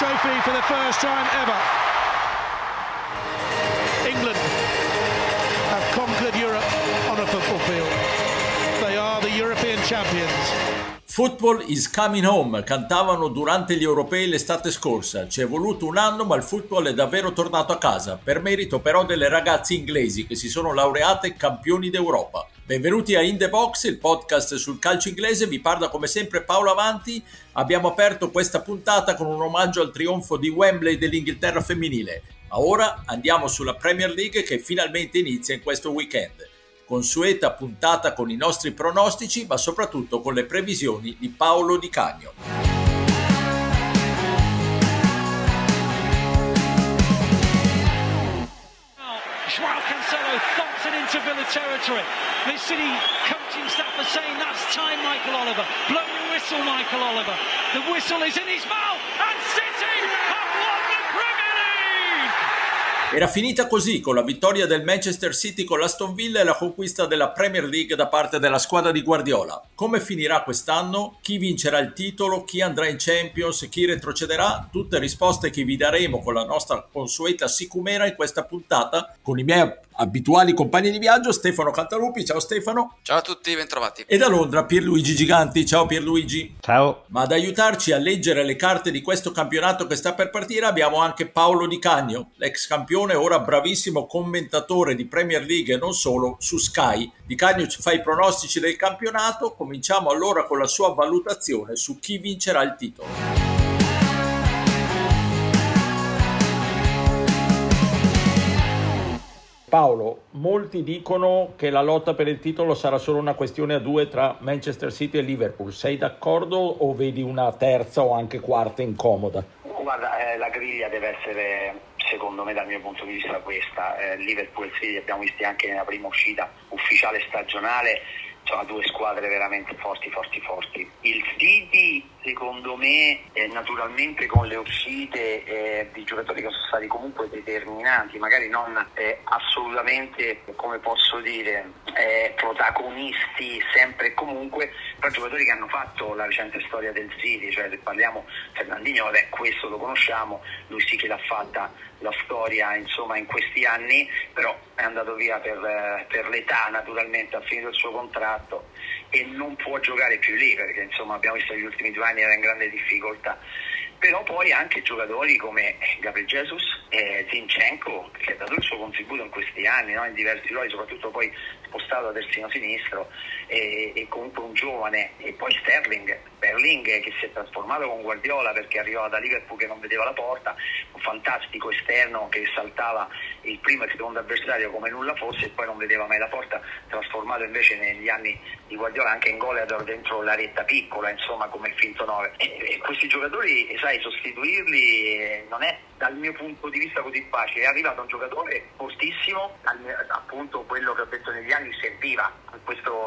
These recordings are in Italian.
trophy for the first time ever. England have conquered Europe on a football field. They are the European champions. Football is coming home, cantavano durante gli europei l'estate scorsa. Ci è voluto un anno, ma il football è davvero tornato a casa, per merito però delle ragazze inglesi che si sono laureate campioni d'Europa. Benvenuti a In The Box, il podcast sul calcio inglese. Vi parla come sempre Paolo Avanti. Abbiamo aperto questa puntata con un omaggio al trionfo di Wembley dell'Inghilterra femminile. Ma ora andiamo sulla Premier League che finalmente inizia in questo weekend. Consueta puntata con i nostri pronostici, ma soprattutto con le previsioni di Paolo Di Canio. Joao Cancelo thumps it into Villa territory. The City coaching staff are saying that's time, Michael Oliver. Blow the whistle, Michael Oliver. The whistle is in his mouth and City have won the Premier League! Era finita così, con la vittoria del Manchester City con l'Aston Villa e la conquista della Premier League da parte della squadra di Guardiola. Come finirà quest'anno? Chi vincerà il titolo? Chi andrà in Champions? Chi retrocederà? Tutte risposte che vi daremo con la nostra consueta sicumera in questa puntata con i miei abituali compagni di viaggio, Stefano Cantalupi. Ciao Stefano. Ciao a tutti, bentrovati. E da Londra Pierluigi Giganti. Ciao Pierluigi. Ciao. Ma ad aiutarci a leggere le carte di questo campionato che sta per partire abbiamo anche Paolo Di Canio, l'ex campione, ora bravissimo commentatore di Premier League e non solo su Sky. Di Canio ci fa i pronostici del campionato. Cominciamo allora con la sua valutazione su chi vincerà il titolo. Paolo, molti dicono che la lotta per il titolo sarà solo una questione a due tra Manchester City e Liverpool. Sei d'accordo o vedi una terza o anche quarta incomoda? Guarda, la griglia deve essere, secondo me, dal mio punto di vista questa. Liverpool e City li abbiamo visti anche nella prima uscita ufficiale stagionale. Sono due squadre veramente forti. Il City, secondo me, naturalmente con le uscite di giocatori che sono stati comunque determinanti, magari non assolutamente, come posso dire, protagonisti sempre e comunque, però giocatori che hanno fatto la recente storia del City, cioè se parliamo Fernandinho, questo lo conosciamo, lui sì che l'ha fatta la storia insomma in questi anni, però è andato via per l'età, naturalmente ha finito il suo contratto e non può giocare più lì perché insomma abbiamo visto che negli ultimi 2 anni era in grande difficoltà. Però poi anche giocatori come Gabriel Jesus e Zinchenko, che ha dato il suo contributo in questi anni, no? In diversi ruoli, soprattutto poi spostato da terzino sinistro, e comunque un giovane. E poi Sterling che si è trasformato con Guardiola perché arrivava da Liverpool che non vedeva la porta, un fantastico esterno che saltava il primo e il secondo avversario come nulla fosse e poi non vedeva mai la porta, trasformato invece negli anni di Guardiola anche in gol dentro la retta piccola, insomma come il finto 9. E questi giocatori, sai, sostituirli non è dal mio punto di vista così facile. È arrivato un giocatore fortissimo, appunto quello che ho detto negli anni serviva a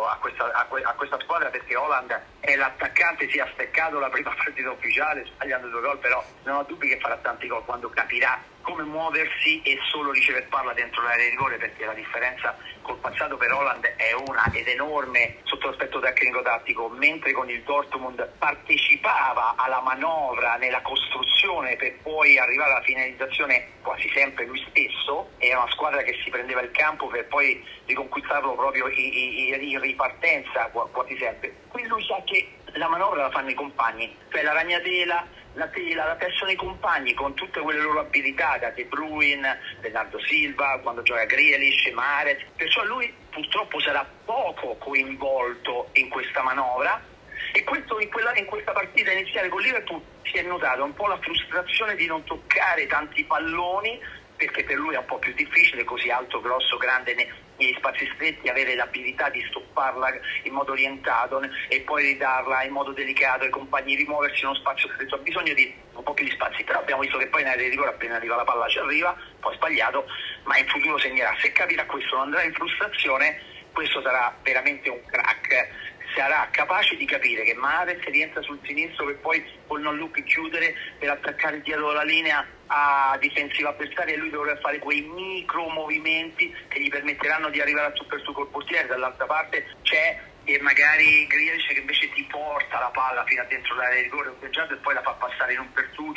questa squadra, perché Haaland è l'attaccante, si è steccato la prima partita ufficiale sbagliando 2 gol, però non ho dubbi che farà tanti gol quando capirà come muoversi e solo ricevere palla dentro l'area di rigore, perché la differenza col passato per Haaland è una ed enorme sotto l'aspetto tecnico-tattico, mentre con il Dortmund partecipava alla manovra nella costruzione per poi arrivare alla finalizzazione quasi sempre lui stesso. Era una squadra che si prendeva il campo per poi riconquistarlo proprio in ripartenza quasi sempre. Qui lui sa che la manovra la fanno i compagni, cioè la ragnatela, la tessera i compagni con tutte quelle loro abilità, da De Bruyne, Bernardo Silva, quando gioca Grealish, Mahrez, perciò lui purtroppo sarà poco coinvolto in questa manovra. E questo in questa partita iniziale con Liverpool si è notata un po' la frustrazione di non toccare tanti palloni, perché per lui è un po' più difficile, così alto, grosso, grande negli spazi stretti, avere l'abilità di stopparla in modo orientato e poi ridarla in modo delicato ai compagni, rimuoversi in uno spazio stretto. Ha bisogno di un po' più di spazi, però abbiamo visto che poi in area di rigore appena arriva la palla ci arriva, poi sbagliato, ma in futuro segnerà. Se capirà questo, non andrà in frustrazione, questo sarà veramente un crack. Sarà capace di capire che Mahrez rientra sul sinistro per poi col non look chiudere per attaccare dietro la linea a difensiva avversaria, e lui dovrà fare quei micro movimenti che gli permetteranno di arrivare a super su col portiere. Dall'altra parte c'è e magari Grealish che invece ti porta la palla fino a dentro l'area di rigore e poi la fa passare in un pertugio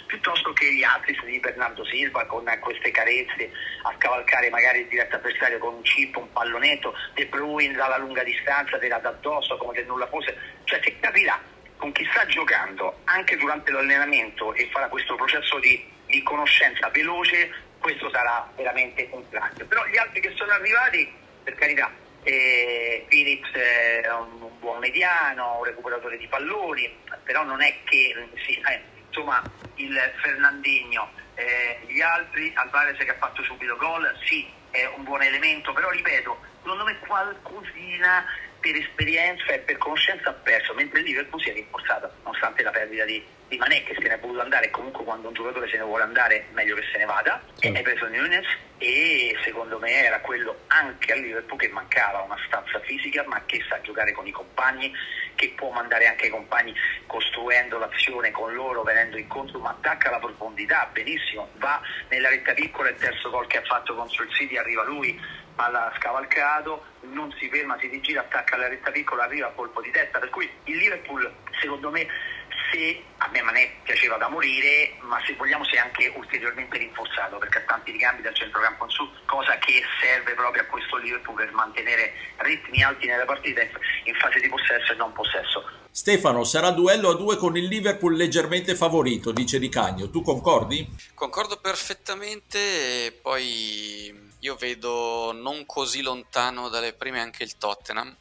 piuttosto che gli altri di Bernardo Silva con queste carezze a cavalcare magari il diretto avversario con un chip, un pallonetto, De Bruyne dalla lunga distanza te la dà addosso come se nulla fosse. Cioè se capirà con chi sta giocando anche durante l'allenamento e farà questo processo di conoscenza veloce, questo sarà veramente un crack. Però gli altri che sono arrivati, per carità, Phillips è un buon mediano, un recuperatore di palloni, però non è che insomma il Fernandinho, gli altri, Alvarez che ha fatto subito gol, sì, è un buon elemento, però ripeto, secondo me qualcosina per esperienza e per conoscenza ha perso, mentre il Liverpool si è rinforzato nonostante la perdita di Mané, che se ne è voluto andare, e comunque quando un giocatore se ne vuole andare meglio che se ne vada, e hai preso Núñez, e secondo me era quello anche al Liverpool che mancava, una stazza fisica ma che sa giocare con i compagni, che può mandare anche i compagni costruendo l'azione con loro, venendo incontro, ma attacca la profondità benissimo, va nella retta piccola, il terzo gol che ha fatto contro il City arriva lui, palla scavalcato, non si ferma, si rigira, attacca alla retta piccola, arriva a colpo di testa, per cui il Liverpool secondo me, se a me Mané piaceva da morire, ma se vogliamo si è anche ulteriormente rinforzato perché ha tanti ricambi dal centrocampo in su, cosa che serve proprio a questo Liverpool per mantenere ritmi alti nella partita in fase di possesso e non possesso. Stefano, sarà duello a 2 con il Liverpool leggermente favorito, dice Di Cagno, tu concordi? Concordo perfettamente, e poi io vedo non così lontano dalle prime anche il Tottenham,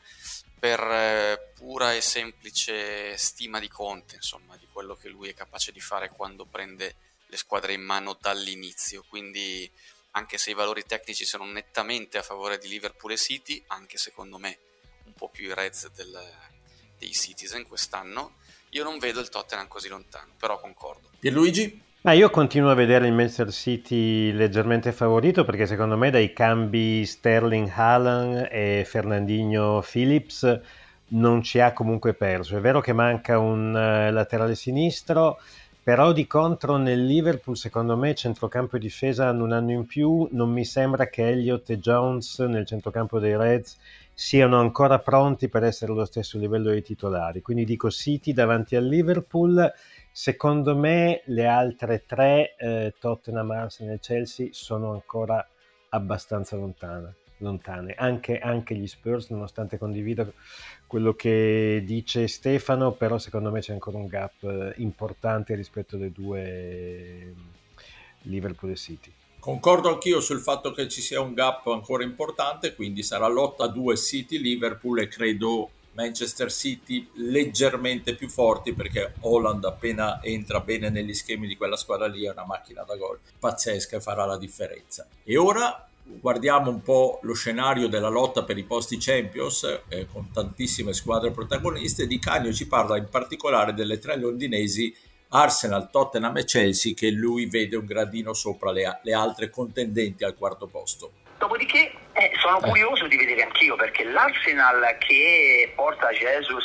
per pura e semplice stima di Conte, insomma, di quello che lui è capace di fare quando prende le squadre in mano dall'inizio. Quindi, anche se i valori tecnici sono nettamente a favore di Liverpool e City, anche secondo me un po' più i Reds dei Citizen quest'anno, io non vedo il Tottenham così lontano, però concordo. Pierluigi? Io continuo a vedere il Manchester City leggermente favorito perché secondo me dai cambi Sterling Haaland e Fernandinho Phillips non ci ha comunque perso. È vero che manca un laterale sinistro, però di contro nel Liverpool secondo me centrocampo e difesa hanno un anno in più, non mi sembra che Elliott e Jones nel centrocampo dei Reds siano ancora pronti per essere allo stesso livello dei titolari, quindi dico City davanti al Liverpool. Secondo me le altre tre, Tottenham, Arsenal e Chelsea, sono ancora abbastanza lontane. Anche gli Spurs, nonostante condivido quello che dice Stefano, però secondo me c'è ancora un gap importante rispetto alle due Liverpool e City. Concordo anch'io sul fatto che ci sia un gap ancora importante, quindi sarà lotta a 2 City-Liverpool e credo Manchester City leggermente più forti perché Haaland appena entra bene negli schemi di quella squadra lì è una macchina da gol pazzesca e farà la differenza. E ora guardiamo un po' lo scenario della lotta per i posti Champions con tantissime squadre protagoniste. Di Cagno ci parla in particolare delle 3 londinesi Arsenal, Tottenham e Chelsea, che lui vede un gradino sopra le altre contendenti al quarto posto. Dopodiché sono curioso di vedere anch'io, perché l'Arsenal che porta Jesus,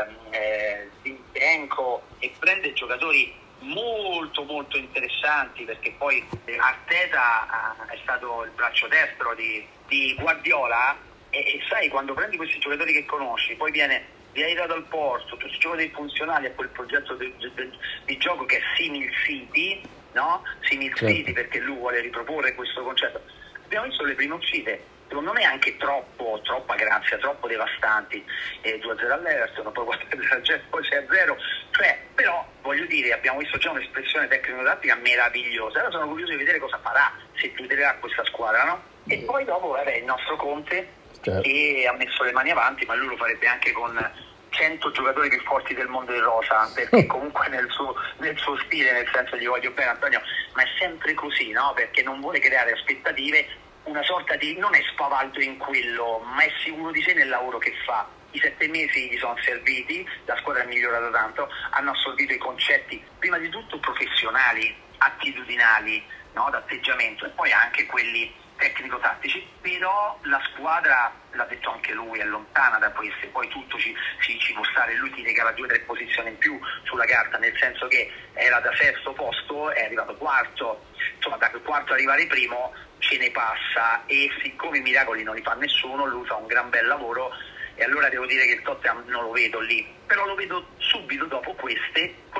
Zinchenko e prende giocatori molto molto interessanti, perché poi Arteta è stato il braccio destro di Guardiola, e sai, quando prendi questi giocatori che conosci, poi viene dal Porto, tutti i giocatori funzionali a quel progetto di gioco che è Simil City, no? Simil City, perché lui vuole riproporre questo concetto. Abbiamo visto le prime uscite, secondo me anche troppa grazia, troppo devastanti, 2-0 all'Everton, poi 4-0 al Jets, poi 6-0, cioè, però voglio dire, abbiamo visto già un'espressione tecnico-tattica meravigliosa. Ora sono curioso di vedere cosa farà, se chiuderà questa squadra, no? E poi dopo il nostro Conte, che ha messo le mani avanti, ma lui lo farebbe anche con 100 giocatori più forti del mondo del rosa, perché comunque nel suo stile, nel senso, gli voglio bene Antonio, ma è sempre così, no? Perché non vuole creare aspettative, una sorta di, non è spavaldo in quello, ma è sicuro di sé nel lavoro che fa. I 7 mesi gli sono serviti, la squadra è migliorata tanto, hanno assorbito i concetti prima di tutto professionali, attitudinali, no? D'atteggiamento, e poi anche quelli tecnico-tattici, però la squadra, l'ha detto anche lui, è lontana da queste, poi tutto ci può stare, lui ti regala 2 o 3 posizioni in più sulla carta, nel senso che era da sesto posto, è arrivato quarto, insomma da quel quarto arrivare primo ce ne passa, e siccome i miracoli non li fa nessuno, lui fa un gran bel lavoro, e allora devo dire che il Tottenham non lo vedo lì, però lo vedo subito dopo queste con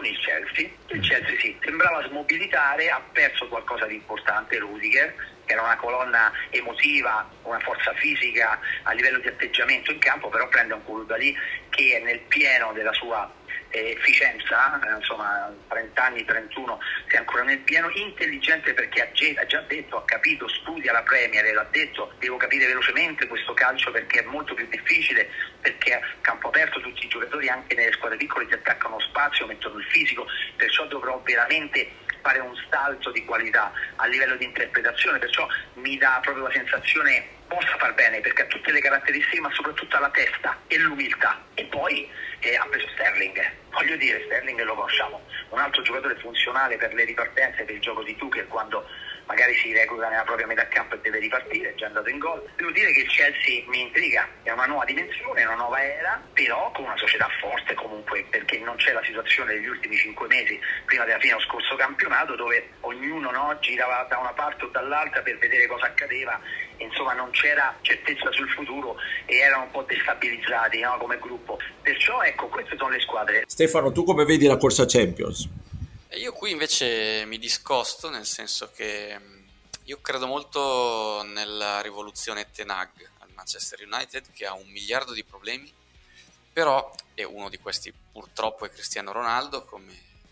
non il Chelsea. Il Chelsea sì, sembrava smobilitare, ha perso qualcosa di importante Rudiger, che era una colonna emotiva, una forza fisica a livello di atteggiamento in campo, però prende un Koulibaly che è nel pieno della sua efficienza, insomma 30 anni, 31, sei ancora nel pieno, intelligente perché ha già detto, ha capito, studia la Premier e l'ha detto, devo capire velocemente questo calcio perché è molto più difficile, perché a campo aperto tutti i giocatori anche nelle squadre piccole ti attaccano spazio, mettono il fisico, perciò dovrò veramente fare un salto di qualità a livello di interpretazione, perciò mi dà proprio la sensazione possa far bene perché ha tutte le caratteristiche ma soprattutto ha la testa e l'umiltà. E poi ha preso Sterling, voglio dire, Sterling lo conosciamo, un altro giocatore funzionale per le ripartenze, per il gioco di Tuchel quando magari si recluta nella propria metà campo e deve ripartire, è già andato in gol. Devo dire che il Chelsea mi intriga, è una nuova dimensione, una nuova era, però con una società forte comunque, perché non c'è la situazione degli ultimi 5 mesi prima della fine dello scorso campionato dove ognuno girava da una parte o dall'altra per vedere cosa accadeva, e insomma non c'era certezza sul futuro e erano un po' destabilizzati, no, come gruppo. Perciò ecco, queste sono le squadre. Stefano, tu come vedi la corsa Champions? Io qui invece mi discosto, nel senso che io credo molto nella rivoluzione Ten Hag al Manchester United, che ha 1 miliardo di problemi, però e uno di questi purtroppo è Cristiano Ronaldo, come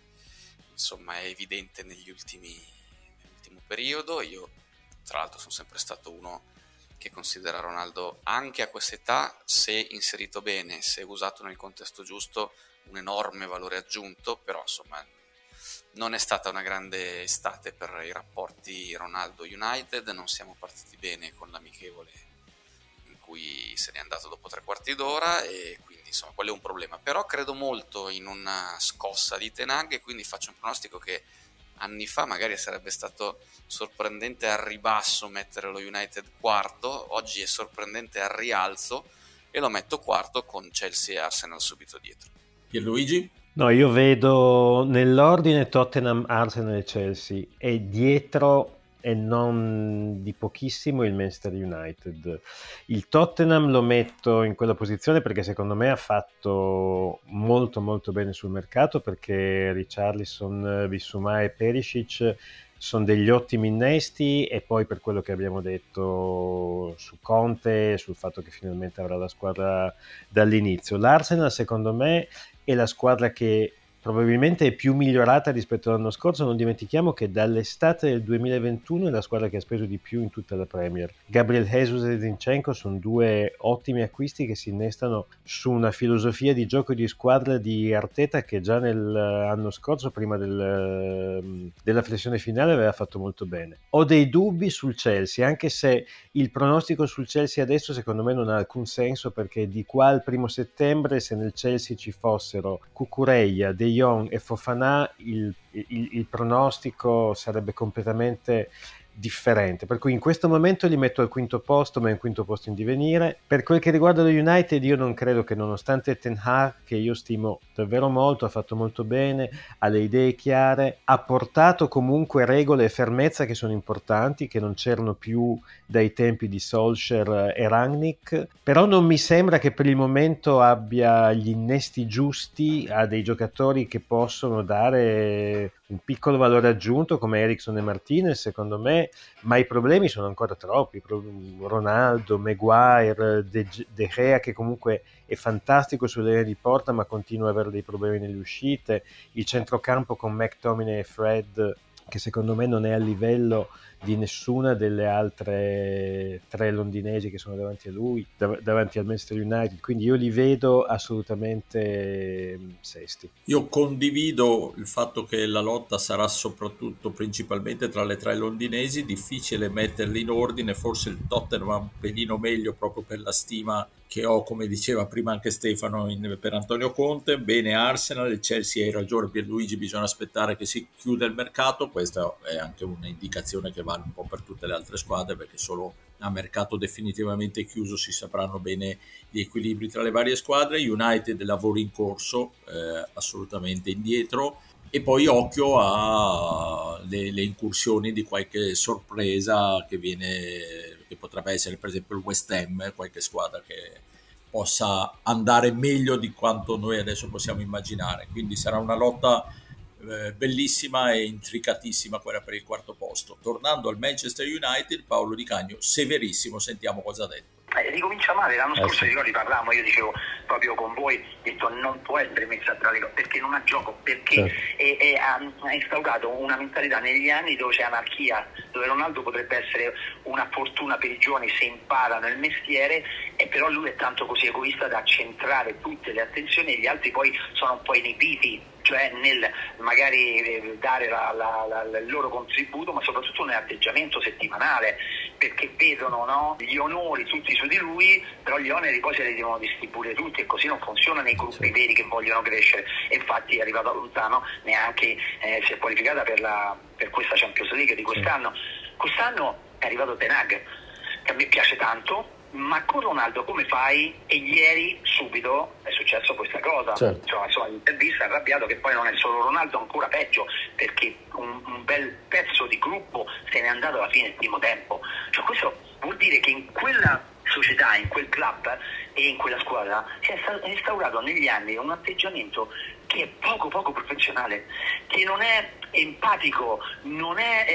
insomma è evidente nell'ultimo periodo. Io tra l'altro sono sempre stato uno che considera Ronaldo, anche a quest'età, se inserito bene, se usato nel contesto giusto, un enorme valore aggiunto, però insomma non è stata una grande estate per i rapporti Ronaldo-United, non siamo partiti bene con l'amichevole in cui se n'è andato dopo 3/4 d'ora e quindi insomma quello è un problema. Però credo molto in una scossa di Ten Hag e quindi faccio un pronostico che anni fa magari sarebbe stato sorprendente al ribasso mettere lo United quarto, oggi è sorprendente al rialzo e lo metto quarto con Chelsea e Arsenal subito dietro. Pierluigi? No, io vedo nell'ordine Tottenham, Arsenal e Chelsea e dietro, e non di pochissimo, il Manchester United. Il Tottenham lo metto in quella posizione perché secondo me ha fatto molto molto bene sul mercato, perché Richarlison, Bissouma e Perisic sono degli ottimi innesti, e poi per quello che abbiamo detto su Conte, sul fatto che finalmente avrà la squadra dall'inizio. L'Arsenal secondo me è la squadra che probabilmente è più migliorata rispetto all'anno scorso. Non dimentichiamo che dall'estate del 2021 è la squadra che ha speso di più in tutta la Premier. Gabriel Jesus e Zinchenko sono 2 ottimi acquisti che si innestano su una filosofia di gioco di squadra di Arteta che già nell'anno scorso, prima della flessione finale, aveva fatto molto bene. Ho dei dubbi sul Chelsea, anche se il pronostico sul Chelsea adesso secondo me non ha alcun senso, perché di qua al 1 settembre, se nel Chelsea ci fossero Cucurella, De Jong e Fofana, il pronostico sarebbe completamente differente, per cui in questo momento li metto al 5° posto, ma è un 5° posto in divenire. Per quel che riguarda lo United, io non credo che, nonostante Ten Hag, che io stimo davvero molto, ha fatto molto bene, ha le idee chiare, ha portato comunque regole e fermezza che sono importanti, che non c'erano più dai tempi di Solskjaer e Rangnick, però non mi sembra che per il momento abbia gli innesti giusti a dei giocatori che possono dare un piccolo valore aggiunto come Eriksen e Martinez, secondo me, ma i problemi sono ancora troppi. Ronaldo, Maguire, De Gea, che comunque è fantastico sulle linee di porta ma continua ad avere dei problemi nelle uscite, il centrocampo con McTominay e Fred che secondo me non è a livello di nessuna delle altre 3 londinesi che sono davanti a lui, davanti al Manchester United, quindi io li vedo assolutamente sesti. Io condivido il fatto che la lotta sarà soprattutto principalmente tra le 3 londinesi, difficile metterli in ordine, forse il Tottenham va un pelino meglio proprio per la stima che ho, come diceva prima anche Stefano, per Antonio Conte. Bene Arsenal, il Chelsea, hai ragione Pierluigi, bisogna aspettare che si chiuda il mercato, questa è anche un'indicazione che vale un po' per tutte le altre squadre, perché solo a mercato definitivamente chiuso si sapranno bene gli equilibri tra le varie squadre. United lavoro in corso, assolutamente indietro, e poi occhio alle incursioni di qualche sorpresa che potrebbe essere per esempio il West Ham, qualche squadra che possa andare meglio di quanto noi adesso possiamo immaginare, quindi sarà una lotta bellissima e intricatissima quella per il quarto posto. Tornando al Manchester United, Paolo Di Canio severissimo, sentiamo cosa ha detto. Ricomincia male, l'anno scorso sì. ricordi parlavamo, io dicevo proprio con voi, ho detto non può essere messa tra le cose perché non ha gioco, perché ha instaurato una mentalità negli anni dove c'è anarchia, dove Ronaldo potrebbe essere una fortuna per i giovani se imparano il mestiere, e però lui è tanto così egoista da centrare tutte le attenzioni e gli altri poi sono un po' inibiti, cioè nel magari dare il loro contributo, ma soprattutto nell'atteggiamento settimanale, perché vedono, no, gli onori tutti su di lui, però gli oneri poi se li devono distribuire tutti, e così non funziona nei gruppi veri che vogliono crescere, e infatti è arrivato lontano, neanche si è qualificata per questa Champions League di quest'anno. Quest'anno è arrivato Ten Hag, che a me piace tanto, ma con Ronaldo come fai? E ieri subito è successo questa cosa, cioè, l'intervista è arrabbiato che poi non è solo Ronaldo, ancora peggio, perché un bel pezzo di gruppo se n'è andato alla fine del primo tempo. Cioè, questo vuol dire che in quella società, in quel club e in quella squadra si è instaurato negli anni un atteggiamento che è poco professionale, che non è empatico, non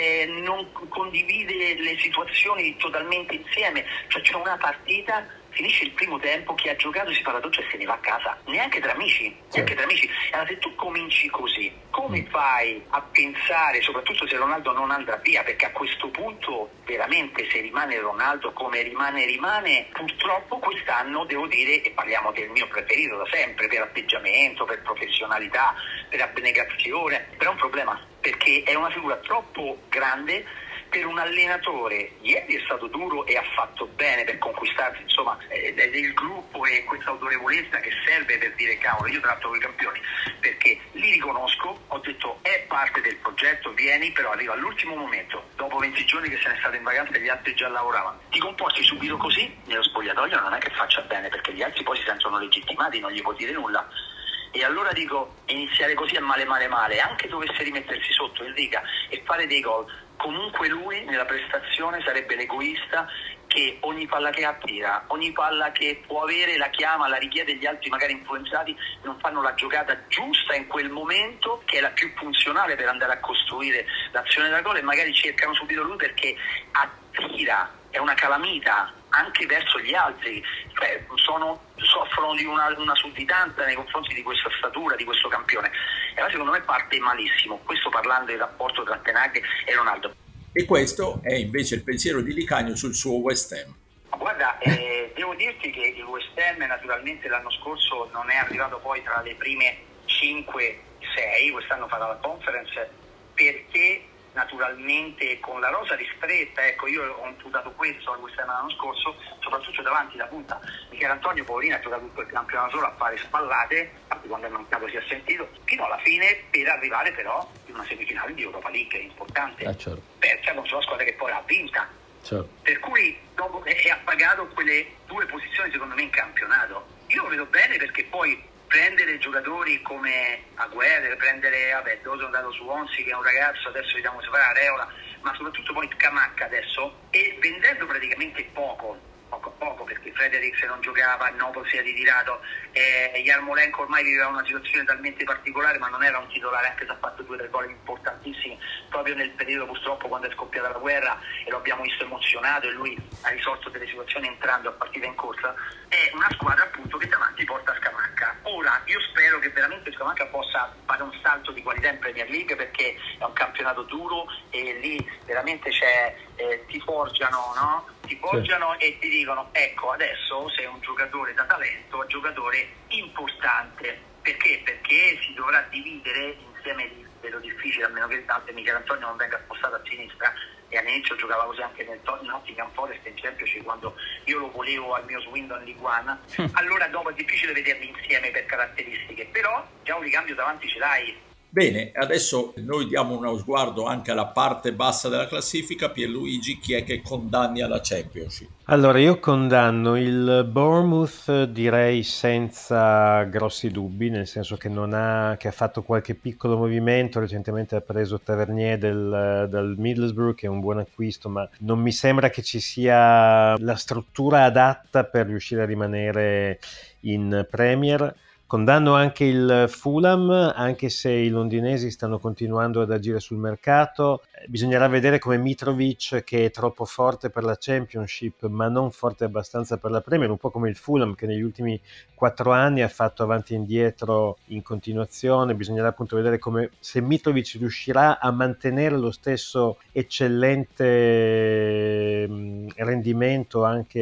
condivide le situazioni totalmente insieme. Cioè c'è una partita, finisce il primo tempo, chi ha giocato si fa la doccia e se ne va a casa, neanche tra amici. Allora se tu cominci così, come fai a pensare, soprattutto se Ronaldo non andrà via, perché a questo punto veramente se rimane Ronaldo come rimane, purtroppo quest'anno devo dire, e parliamo del mio preferito da sempre, per atteggiamento, per professionalità, per abnegazione, però è un problema, perché è una figura troppo grande per un allenatore. Ieri è stato duro e ha fatto bene per conquistarsi, insomma, il gruppo e questa autorevolezza che serve per dire cavolo, io tratto con i campioni, perché li riconosco, ho detto è parte del progetto, vieni, però arriva all'ultimo momento, dopo 20 giorni che se n'è stato in vacanza e gli altri già lavoravano, ti comporti subito così nello spogliatoio, non è che faccia bene, perché gli altri poi si sentono legittimati, non gli può dire nulla. E allora dico, iniziare così è male, anche dovesse rimettersi sotto in Liga e fare dei gol, comunque lui nella prestazione sarebbe l'egoista che ogni palla che attira, ogni palla che può avere la chiama, la richiede, gli altri magari influenzati non fanno la giocata giusta in quel momento, che è la più funzionale per andare a costruire l'azione da gol, e magari cercano subito lui perché attira, è una calamita anche verso gli altri, cioè soffrono di una sudditanza nei confronti di questa statura, di questo campione, e allora secondo me parte malissimo, questo parlando del rapporto tra Ten Hag e Ronaldo. E questo è invece il pensiero di Di Canio sul suo West Ham. Guarda, devo dirti che il West Ham naturalmente l'anno scorso non è arrivato poi tra le prime 5-6, quest'anno farà la Conference, perché naturalmente con la rosa ristretta, ecco, io ho imputato questo al West Ham l'anno scorso, soprattutto davanti la punta. Michele Antonio poverino ha giocato tutto il campionato solo a fare spallate, quando è mancato si è sentito, fino alla fine, per arrivare però in una semifinale di Europa League importante, persa contro la squadra che poi l'ha vinta. Per cui dopo ha pagato quelle 2 posizioni secondo me in campionato. Io lo vedo bene, perché poi prendere giocatori come Agüero, prendere, Doso è andato su Onsi che è un ragazzo, adesso vediamo se farà Areola, ma soprattutto poi Scamacca adesso, e vendendo praticamente poco, perché Fredericks non giocava, il Nopo si è ritirato, Yarmolenko ormai viveva una situazione talmente particolare, ma non era un titolare, anche se ha fatto 2 o 3 gol importantissimi proprio nel periodo purtroppo quando è scoppiata la guerra, e lo abbiamo visto emozionato, e lui ha risolto delle situazioni entrando a partita in corsa. È una squadra appunto che davanti porta Scamacca. Ora io spero che veramente Scamacca possa fare un salto di qualità in Premier League, perché è un campionato duro e lì veramente ti forgiano, no? E ti dicono ecco, adesso sei un giocatore da talento, un giocatore importante. Perché si dovrà dividere insieme, vedo difficile, a meno che Michele Antonio non venga spostato a sinistra, e all'inizio giocava così anche nel Nottingham Forest in Championship quando io lo volevo al mio Swindon League One. Allora dopo è difficile vederli insieme per caratteristiche, però già un ricambio davanti ce l'hai. Bene, adesso noi diamo uno sguardo anche alla parte bassa della classifica. Pierluigi, chi è che condanni alla Championship? Allora, io condanno il Bournemouth, direi senza grossi dubbi, nel senso che che ha fatto qualche piccolo movimento, recentemente ha preso Tavernier dal Middlesbrough, che è un buon acquisto, ma non mi sembra che ci sia la struttura adatta per riuscire a rimanere in Premier. Condanno anche il Fulham, anche se i londinesi stanno continuando ad agire sul mercato. Bisognerà vedere come Mitrovic, che è troppo forte per la Championship ma non forte abbastanza per la Premier, un po' come il Fulham che negli ultimi 4 anni ha fatto avanti e indietro in continuazione. Bisognerà appunto vedere come, se Mitrovic riuscirà a mantenere lo stesso eccellente rendimento anche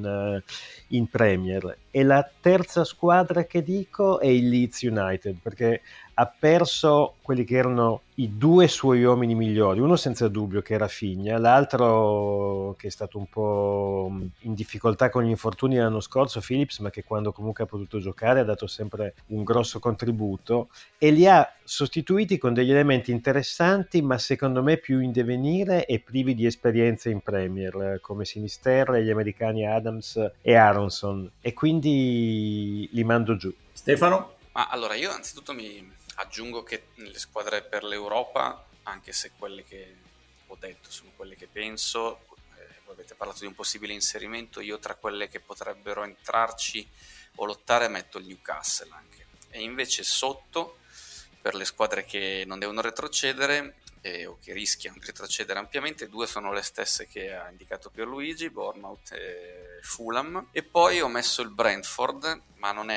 in Premier. E la terza squadra che dico è il Leeds United, perché ha perso quelli che erano i 2 suoi uomini migliori, uno senza dubbio che era Rafinha, l'altro che è stato un po' in difficoltà con gli infortuni l'anno scorso, Phillips, ma che quando comunque ha potuto giocare ha dato sempre un grosso contributo, e li ha sostituiti con degli elementi interessanti ma secondo me più in divenire e privi di esperienza in Premier, come Sinisterra e gli americani Adams e Aronson, e quindi li mando giù. Stefano? Ma allora io anzitutto mi aggiungo che le squadre per l'Europa, anche se quelle che ho detto sono quelle che penso, voi avete parlato di un possibile inserimento, io tra quelle che potrebbero entrarci o lottare metto il Newcastle anche. E invece sotto, per le squadre che non devono retrocedere o che rischiano di retrocedere ampiamente, 2 sono le stesse che ha indicato Pierluigi, Bournemouth e Fulham, e poi ho messo il Brentford, ma non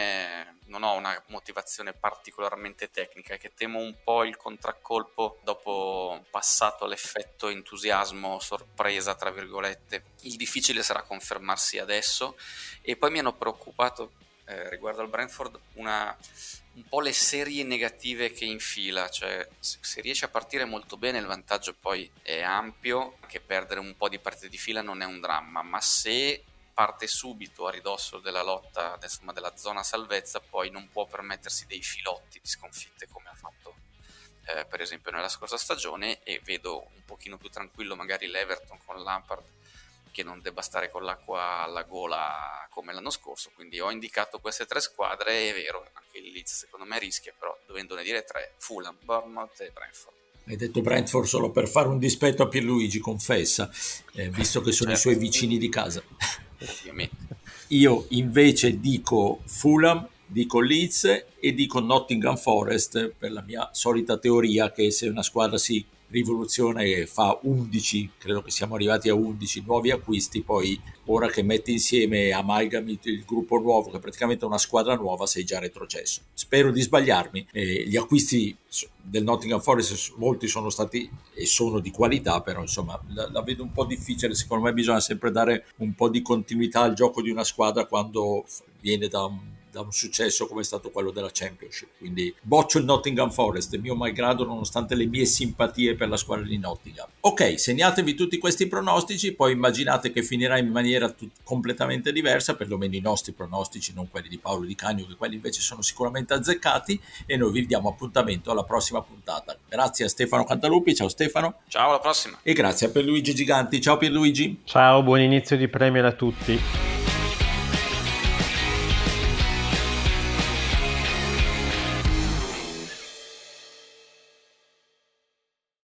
ho una motivazione particolarmente tecnica, è che temo un po' il contraccolpo dopo passato l'effetto entusiasmo sorpresa tra virgolette. Il difficile sarà confermarsi adesso, e poi mi hanno preoccupato riguardo al Brentford un po' le serie negative che infila, cioè se riesce a partire molto bene il vantaggio poi è ampio, che perdere un po' di partite di fila non è un dramma, ma se parte subito a ridosso della lotta, insomma, della zona salvezza, poi non può permettersi dei filotti di sconfitte come ha fatto per esempio nella scorsa stagione, e vedo un pochino più tranquillo magari l'Everton con Lampard, che non debba stare con l'acqua alla gola come l'anno scorso. Quindi ho indicato queste 3 squadre, è vero, anche il Leeds secondo me rischia, però dovendone dire 3, Fulham, Bournemouth e Brentford. Hai detto Brentford solo per fare un dispetto a Pierluigi, confessa, visto che sono i suoi vicini di casa. Ovviamente. Io invece dico Fulham, dico Leeds e dico Nottingham Forest, per la mia solita teoria che se una squadra si rivoluziona e fa 11, credo che siamo arrivati a 11 nuovi acquisti, poi ora che metti insieme amalgami il gruppo nuovo, che è praticamente una squadra nuova, sei già retrocesso. Spero di sbagliarmi. Gli acquisti del Nottingham Forest molti sono stati e sono di qualità, però insomma la vedo un po' difficile. Secondo me bisogna sempre dare un po' di continuità al gioco di una squadra quando viene da un successo come è stato quello della Championship, quindi boccio il Nottingham Forest, mio malgrado, nonostante le mie simpatie per la squadra di Nottingham. Ok, segnatevi tutti questi pronostici, poi immaginate che finirà in maniera completamente diversa, perlomeno i nostri pronostici, non quelli di Paolo Di Canio, che quelli invece sono sicuramente azzeccati, e noi vi diamo appuntamento alla prossima puntata. Grazie a Stefano Cantalupi, ciao Stefano. Ciao, alla prossima. E grazie a Pierluigi Giganti, ciao Pierluigi. Ciao, buon inizio di Premier a tutti.